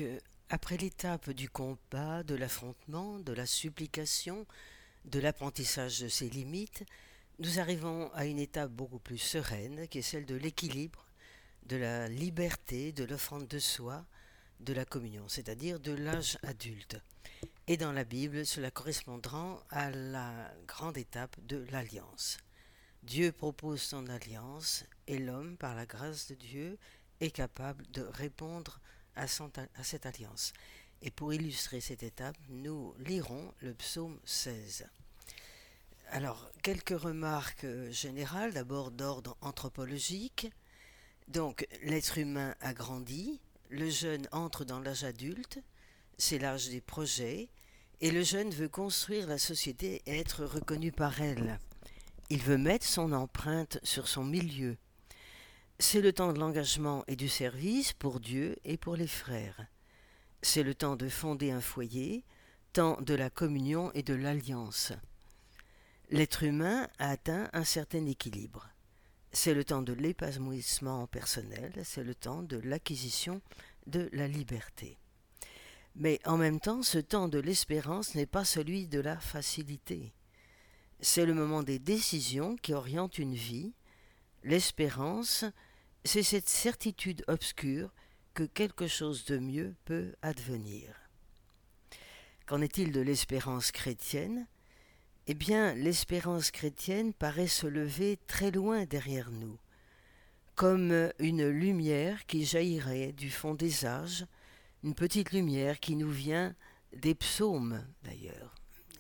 Donc, après l'étape du combat, de l'affrontement, de la supplication, de l'apprentissage de ses limites, nous arrivons à une étape beaucoup plus sereine, qui est celle de l'équilibre, de la liberté, de l'offrande de soi, de la communion, c'est-à-dire de l'âge adulte. Et dans la Bible, cela correspondra à la grande étape de l'alliance. Dieu propose son alliance et l'homme, par la grâce de Dieu, est capable de répondre à cette alliance. Et pour illustrer cette étape, nous lirons le psaume 16. Alors, quelques remarques générales, d'abord d'ordre anthropologique. Donc, l'être humain a grandi, le jeune entre dans l'âge adulte, c'est l'âge des projets, et le jeune veut construire la société et être reconnu par elle. Il veut mettre son empreinte sur son milieu. C'est le temps de l'engagement et du service pour Dieu et pour les frères. C'est le temps de fonder un foyer, temps de la communion et de l'alliance. L'être humain a atteint un certain équilibre. C'est le temps de l'épanouissement personnel, c'est le temps de l'acquisition de la liberté. Mais en même temps, ce temps de l'espérance n'est pas celui de la facilité. C'est le moment des décisions qui orientent une vie. L'espérance, c'est cette certitude obscure que quelque chose de mieux peut advenir. Qu'en est-il de l'espérance chrétienne ? Eh bien, l'espérance chrétienne paraît se lever très loin derrière nous, comme une lumière qui jaillirait du fond des âges, une petite lumière qui nous vient des psaumes d'ailleurs.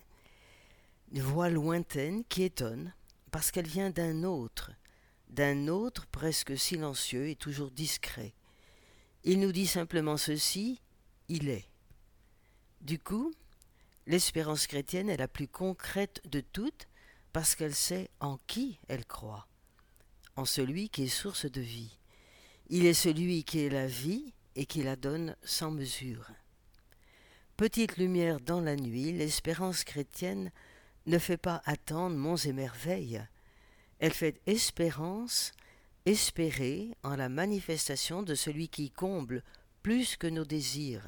Une voix lointaine qui étonne, parce qu'elle vient d'un autre presque silencieux et toujours discret. Il nous dit simplement ceci, il est. Du coup, l'espérance chrétienne est la plus concrète de toutes parce qu'elle sait en qui elle croit, en celui qui est source de vie. Il est celui qui est la vie et qui la donne sans mesure. Petite lumière dans la nuit, l'espérance chrétienne ne fait pas attendre monts et merveilles. Elle fait espérance, espérer en la manifestation de celui qui comble plus que nos désirs,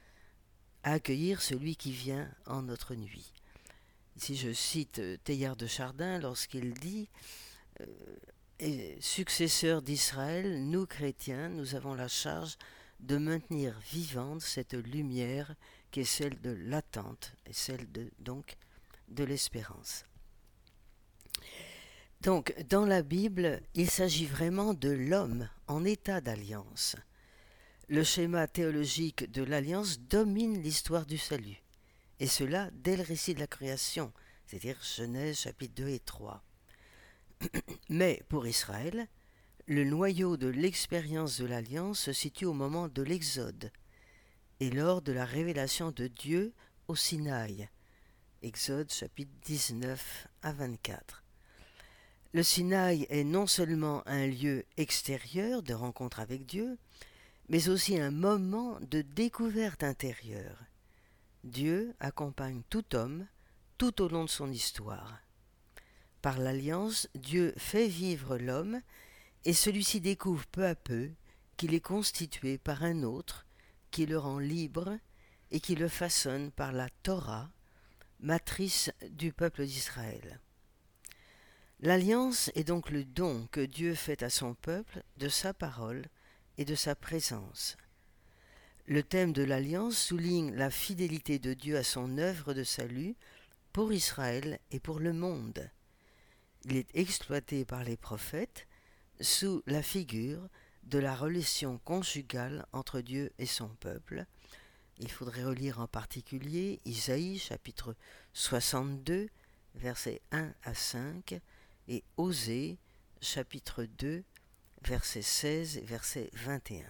à accueillir celui qui vient en notre nuit. Ici je cite Teilhard de Chardin lorsqu'il dit successeurs d'Israël, nous chrétiens, nous avons la charge de maintenir vivante cette lumière qui est celle de l'attente et celle donc de l'espérance. Donc, dans la Bible, il s'agit vraiment de l'homme en état d'alliance. Le schéma théologique de l'alliance domine l'histoire du salut, et cela dès le récit de la création, c'est-à-dire Genèse chapitres 2 et 3. Mais pour Israël, le noyau de l'expérience de l'alliance se situe au moment de l'Exode et lors de la révélation de Dieu au Sinaï, Exode chapitre 19 à 24. Le Sinaï est non seulement un lieu extérieur de rencontre avec Dieu, mais aussi un moment de découverte intérieure. Dieu accompagne tout homme tout au long de son histoire. Par l'alliance, Dieu fait vivre l'homme et celui-ci découvre peu à peu qu'il est constitué par un autre qui le rend libre et qui le façonne par la Torah, matrice du peuple d'Israël. L'alliance est donc le don que Dieu fait à son peuple de sa parole et de sa présence. Le thème de l'alliance souligne la fidélité de Dieu à son œuvre de salut pour Israël et pour le monde. Il est exploité par les prophètes sous la figure de la relation conjugale entre Dieu et son peuple. Il faudrait relire en particulier Isaïe chapitre 62, versets 1 à 5, et Osée chapitre 2, versets 16 et verset 21.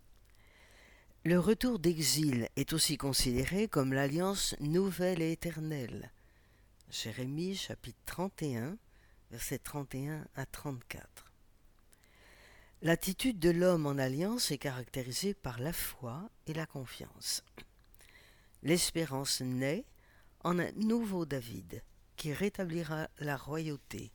Le retour d'exil est aussi considéré comme l'alliance nouvelle et éternelle. Jérémie chapitre 31, versets 31 à 34. L'attitude de l'homme en alliance est caractérisée par la foi et la confiance. L'espérance naît en un nouveau David qui rétablira la royauté.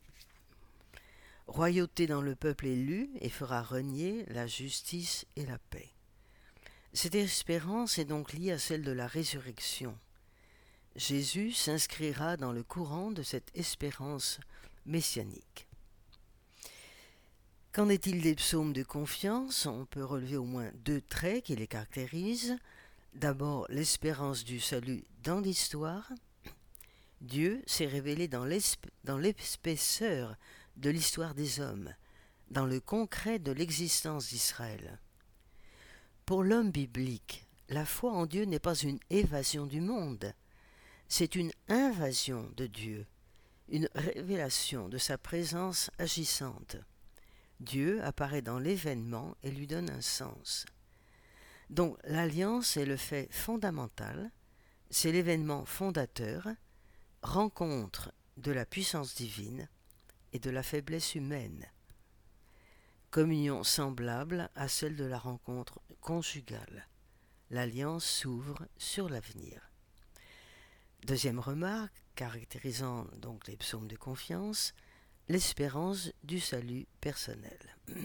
Royauté dans le peuple élu et fera régner la justice et la paix. Cette espérance est donc liée à celle de la résurrection. Jésus s'inscrira dans le courant de cette espérance messianique. Qu'en est-il des psaumes de confiance? On peut relever au moins 2 traits qui les caractérisent. D'abord, l'espérance du salut dans l'histoire. Dieu s'est révélé dans l'épaisseur de l'histoire des hommes, dans le concret de l'existence d'Israël. Pour l'homme biblique, la foi en Dieu n'est pas une évasion du monde, c'est une invasion de Dieu, une révélation de sa présence agissante. Dieu apparaît dans l'événement et lui donne un sens. Donc l'alliance est le fait fondamental, c'est l'événement fondateur, rencontre de la puissance divine et de la faiblesse humaine. Communion semblable à celle de la rencontre conjugale. L'alliance s'ouvre sur l'avenir. Deuxième remarque, caractérisant donc les psaumes de confiance, l'espérance du salut personnel.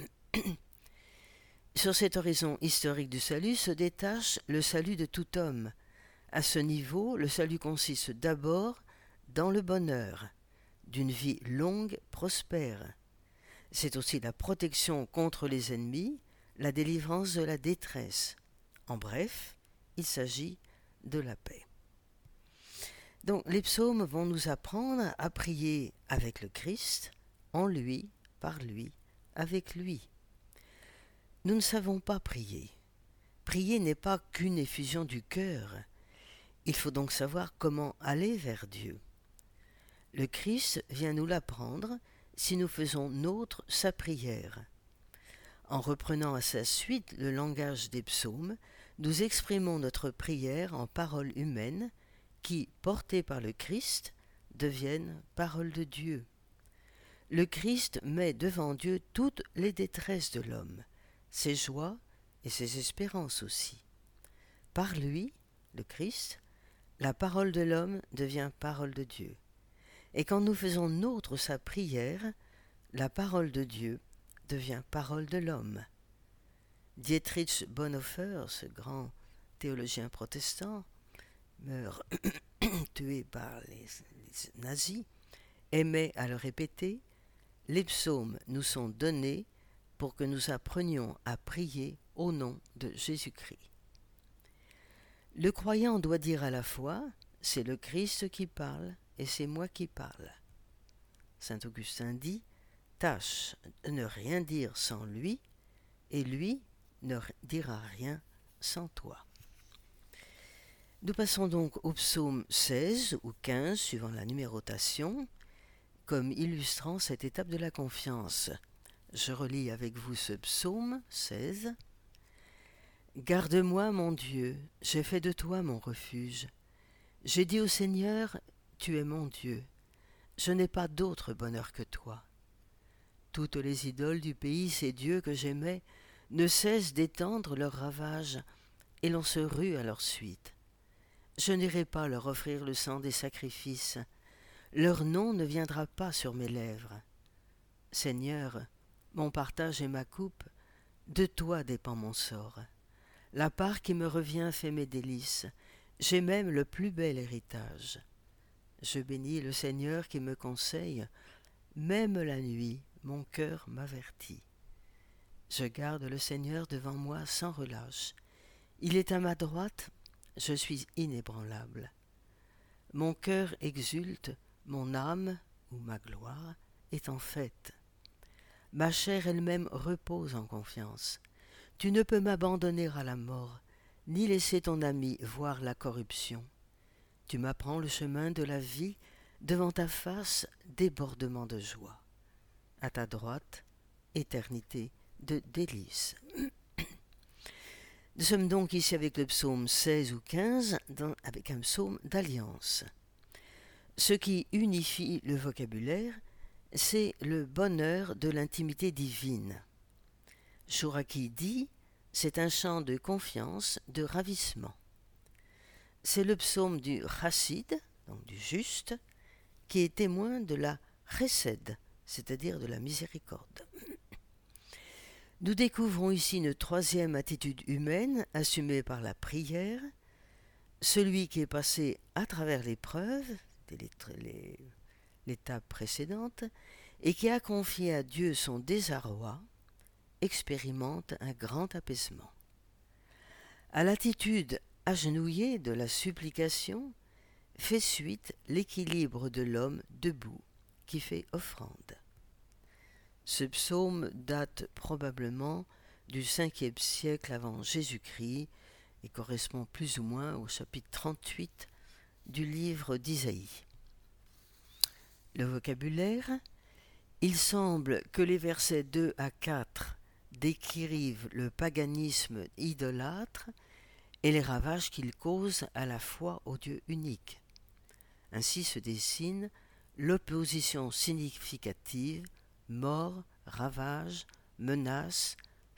Sur cet horizon historique du salut se détache le salut de tout homme. À ce niveau, le salut consiste d'abord dans le bonheur d'une vie longue, prospère. C'est aussi la protection contre les ennemis, la délivrance de la détresse. En bref, il s'agit de la paix. Donc les psaumes vont nous apprendre à prier avec le Christ, en lui, par lui, avec lui. Nous ne savons pas prier. Prier n'est pas qu'une effusion du cœur. Il faut donc savoir comment aller vers Dieu. Le Christ vient nous l'apprendre si nous faisons nôtre sa prière. En reprenant à sa suite le langage des psaumes, nous exprimons notre prière en paroles humaines qui, portées par le Christ, deviennent paroles de Dieu. Le Christ met devant Dieu toutes les détresses de l'homme, ses joies et ses espérances aussi. Par lui, le Christ, la parole de l'homme devient parole de Dieu. Et quand nous faisons nôtre sa prière, la parole de Dieu devient parole de l'homme. Dietrich Bonhoeffer, ce grand théologien protestant, meurt tué par les nazis, aimait à le répéter, les psaumes nous sont donnés pour que nous apprenions à prier au nom de Jésus-Christ. Le croyant doit dire à la fois, c'est le Christ qui parle et c'est moi qui parle. Saint Augustin dit, tâche de ne rien dire sans lui, et lui ne dira rien sans toi. Nous passons donc au psaume 16 ou 15, suivant la numérotation, comme illustrant cette étape de la confiance. Je relis avec vous ce psaume 16. Garde-moi, mon Dieu, j'ai fait de toi mon refuge. J'ai dit au Seigneur, tu es mon Dieu. Je n'ai pas d'autre bonheur que toi. Toutes les idoles du pays, ces dieux que j'aimais, ne cessent d'étendre leurs ravages, et l'on se rue à leur suite. Je n'irai pas leur offrir le sang des sacrifices. Leur nom ne viendra pas sur mes lèvres. Seigneur, mon partage et ma coupe, de toi dépend mon sort. La part qui me revient fait mes délices. J'ai même le plus bel héritage. Je bénis le Seigneur qui me conseille. Même la nuit, mon cœur m'avertit. Je garde le Seigneur devant moi sans relâche. Il est à ma droite, je suis inébranlable. Mon cœur exulte, mon âme, ou ma gloire, est en fête. Ma chair elle-même repose en confiance. Tu ne peux m'abandonner à la mort, ni laisser ton ami voir la corruption. Tu m'apprends le chemin de la vie, devant ta face, débordement de joie. À ta droite, éternité de délices. Nous sommes donc ici avec le psaume 16 ou 15, avec un psaume d'alliance. Ce qui unifie le vocabulaire, c'est le bonheur de l'intimité divine. Chouraki dit, c'est un chant de confiance, de ravissement. C'est le psaume du chassid, donc du juste, qui est témoin de la chesed, c'est-à-dire de la miséricorde. Nous découvrons ici une troisième attitude humaine assumée par la prière, celui qui est passé à travers l'épreuve, l'étape précédente, et qui a confié à Dieu son désarroi, expérimente un grand apaisement. À l'attitude agenouillée de la supplication fait suite l'équilibre de l'homme debout qui fait offrande. Ce psaume date probablement du 5e siècle avant Jésus-Christ et correspond plus ou moins au chapitre 38 du livre d'Isaïe. Le vocabulaire: il semble que les versets 2 à 4 décrivent le paganisme idolâtre et les ravages qu'il cause à la foi au Dieu unique. Ainsi se dessine l'opposition significative mort, ravage, menace,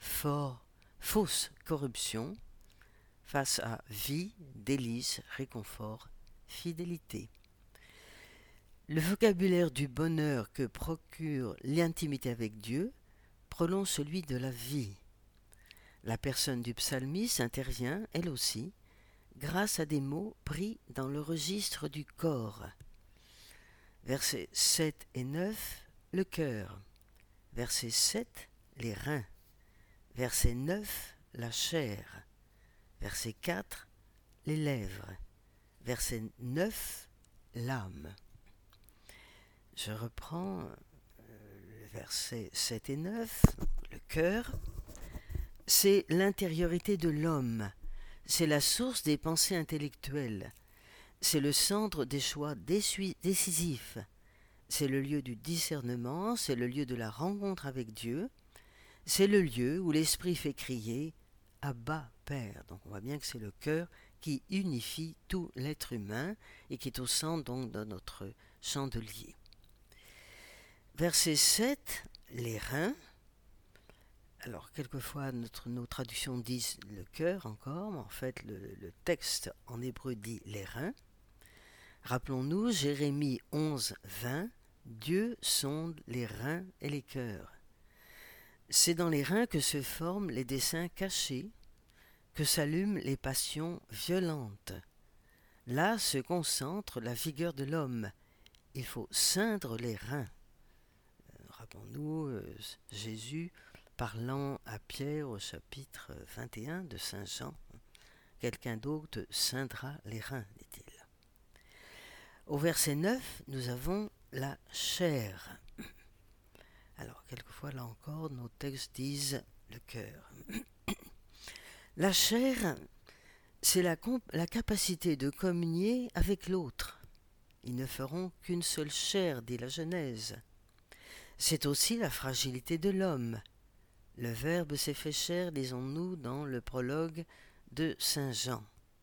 fausse corruption face à vie, délice, réconfort, fidélité. Le vocabulaire du bonheur que procure l'intimité avec Dieu prolonge celui de la vie. La personne du psalmiste intervient, elle aussi, grâce à des mots pris dans le registre du corps. Versets 7 et 9, le cœur. Verset 7, les reins. Verset 9, la chair. Verset 4, les lèvres. Verset 9, l'âme. Je reprends les versets 7 et 9. Le cœur, c'est l'intériorité de l'homme. C'est la source des pensées intellectuelles. C'est le centre des choix décisifs. C'est le lieu du discernement, c'est le lieu de la rencontre avec Dieu. C'est le lieu où l'esprit fait crier « Abba, Père ». Donc on voit bien que c'est le cœur qui unifie tout l'être humain et qui est au centre donc de notre chandelier. Verset 7, les reins. Alors, quelquefois, nos traductions disent le cœur encore, mais en fait, le texte en hébreu dit les reins. Rappelons-nous, Jérémie 11, 20, Dieu sonde les reins et les cœurs. C'est dans les reins que se forment les desseins cachés, que s'allument les passions violentes. Là se concentre la vigueur de l'homme. Il faut ceindre les reins. Rappelons-nous, Jésus parlant à Pierre au chapitre 21 de Saint Jean, « Quelqu'un d'autre ceindra les reins », dit-il. Au verset 9, nous avons la chair. Alors, quelquefois, là encore, nos textes disent le cœur. La chair, c'est la capacité de communier avec l'autre. Ils ne feront qu'une seule chair, dit la Genèse. C'est aussi la fragilité de l'homme. Le Verbe s'est fait chair, disons-nous, dans le prologue de Saint Jean.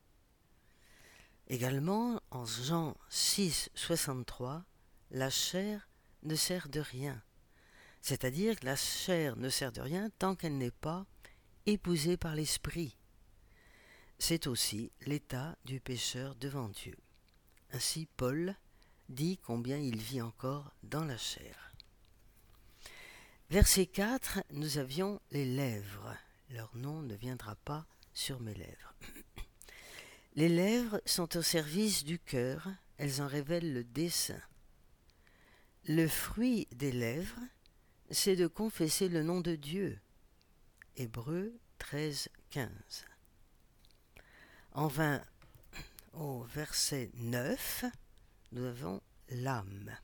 Également, en Jean 6, 63, la chair ne sert de rien. C'est-à-dire que la chair ne sert de rien tant qu'elle n'est pas épousée par l'esprit. C'est aussi l'état du pécheur devant Dieu. Ainsi, Paul dit combien il vit encore dans la chair. Verset 4, nous avions les lèvres. Leur nom ne viendra pas sur mes lèvres. Les lèvres sont au service du cœur, elles en révèlent le dessein. Le fruit des lèvres, c'est de confesser le nom de Dieu. Hébreux 13, 15. On vint au verset 9, nous avons l'âme.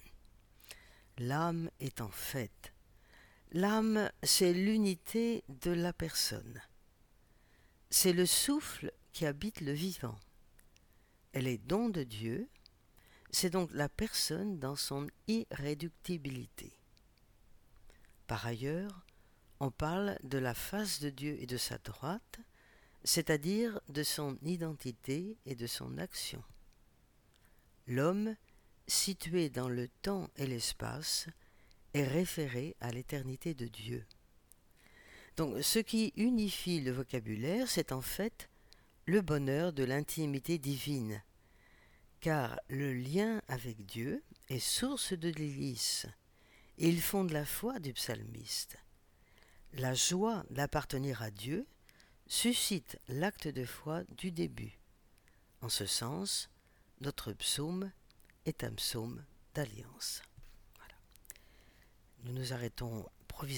L'âme est en fait. L'âme, c'est l'unité de la personne. C'est le souffle qui habite le vivant. Elle est don de Dieu, c'est donc la personne dans son irréductibilité. Par ailleurs, on parle de la face de Dieu et de sa droite, c'est-à-dire de son identité et de son action. L'homme, situé dans le temps et l'espace, est référé à l'éternité de Dieu. Donc, ce qui unifie le vocabulaire, c'est en fait le bonheur de l'intimité divine, car le lien avec Dieu est source de délices, et il fonde la foi du psalmiste. La joie d'appartenir à Dieu suscite l'acte de foi du début. En ce sens, notre psaume est un psaume d'alliance. Voilà. Nous nous arrêtons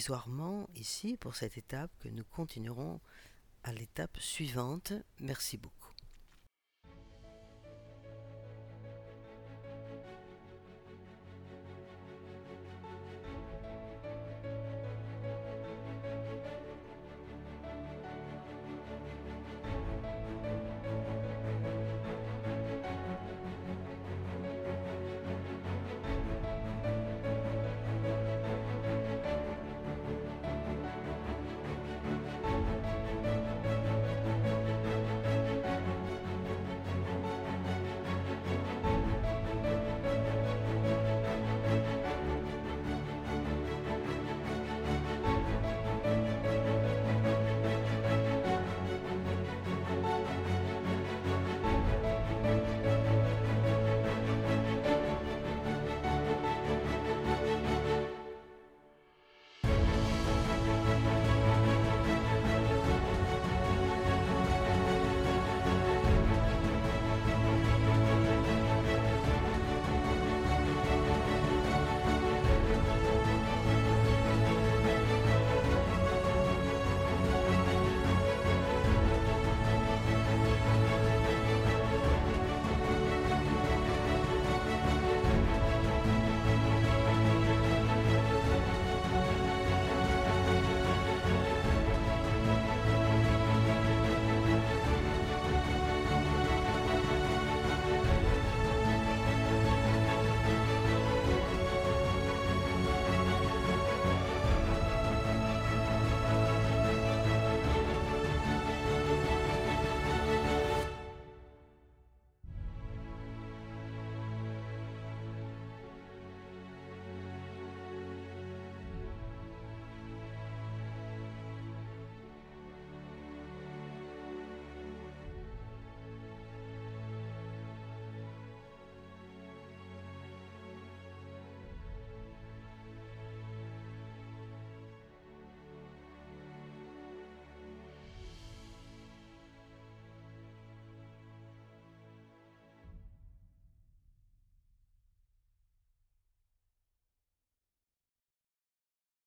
provisoirement ici pour cette étape que nous continuerons à l'étape suivante. Merci beaucoup.